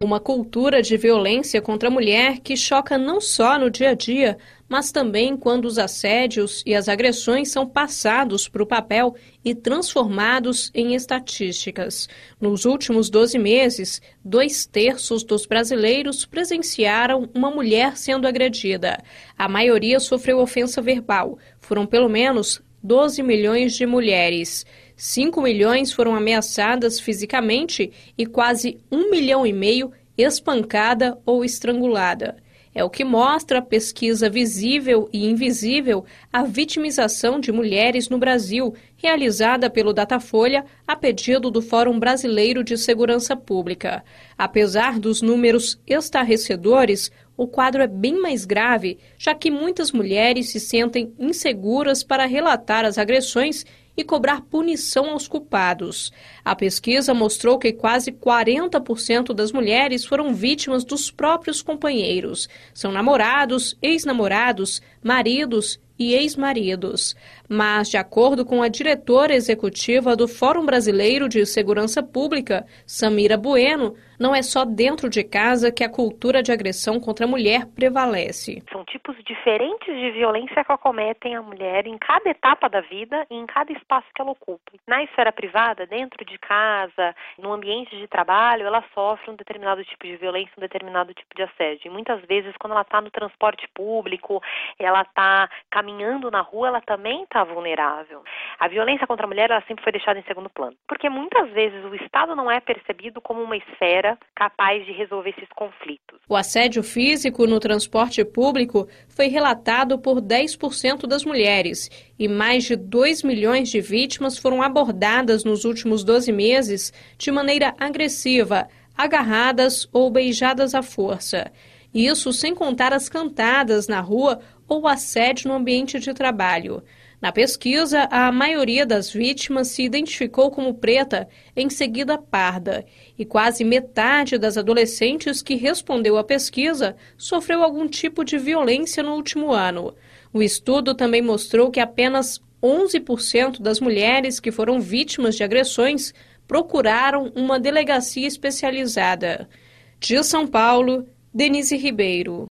Uma cultura de violência contra a mulher que choca não só no dia a dia, mas também quando os assédios e as agressões são passados para o papel e transformados em estatísticas. Nos últimos 12 meses, 2/3 dos brasileiros presenciaram uma mulher sendo agredida. A maioria sofreu ofensa verbal. Foram pelo menos 12 milhões de mulheres. 5 milhões foram ameaçadas fisicamente e quase 1,5 milhão espancada ou estrangulada. É o que mostra a pesquisa Visível e Invisível, a vitimização de mulheres no Brasil, realizada pelo Datafolha a pedido do Fórum Brasileiro de Segurança Pública. Apesar dos números estarrecedores, o quadro é bem mais grave, já que muitas mulheres se sentem inseguras para relatar as agressões e cobrar punição aos culpados. A pesquisa mostrou que quase 40% das mulheres foram vítimas dos próprios companheiros. São namorados, ex-namorados, maridos e ex-maridos. Mas, de acordo com a diretora executiva do Fórum Brasileiro de Segurança Pública, Samira Bueno, não é só dentro de casa que a cultura de agressão contra a mulher prevalece. São tipos diferentes de violência que acometem a mulher em cada etapa da vida e em cada espaço que ela ocupa. Na esfera privada, dentro de casa, no ambiente de trabalho, ela sofre um determinado tipo de violência, um determinado tipo de assédio. E muitas vezes, quando ela está no transporte público, ela está caminhando na rua, ela também está vulnerável. A violência contra a mulher, ela sempre foi deixada em segundo plano, porque muitas vezes o Estado não é percebido como uma esfera capaz de resolver esses conflitos. O assédio físico no transporte público foi relatado por 10% das mulheres e mais de 2 milhões de vítimas foram abordadas nos últimos 12 meses de maneira agressiva, agarradas ou beijadas à força. Isso sem contar as cantadas na rua ou assédio no ambiente de trabalho. Na pesquisa, a maioria das vítimas se identificou como preta, em seguida parda, e quase metade das adolescentes que respondeu à pesquisa sofreu algum tipo de violência no último ano. O estudo também mostrou que apenas 11% das mulheres que foram vítimas de agressões procuraram uma delegacia especializada. De São Paulo, Denise Ribeiro.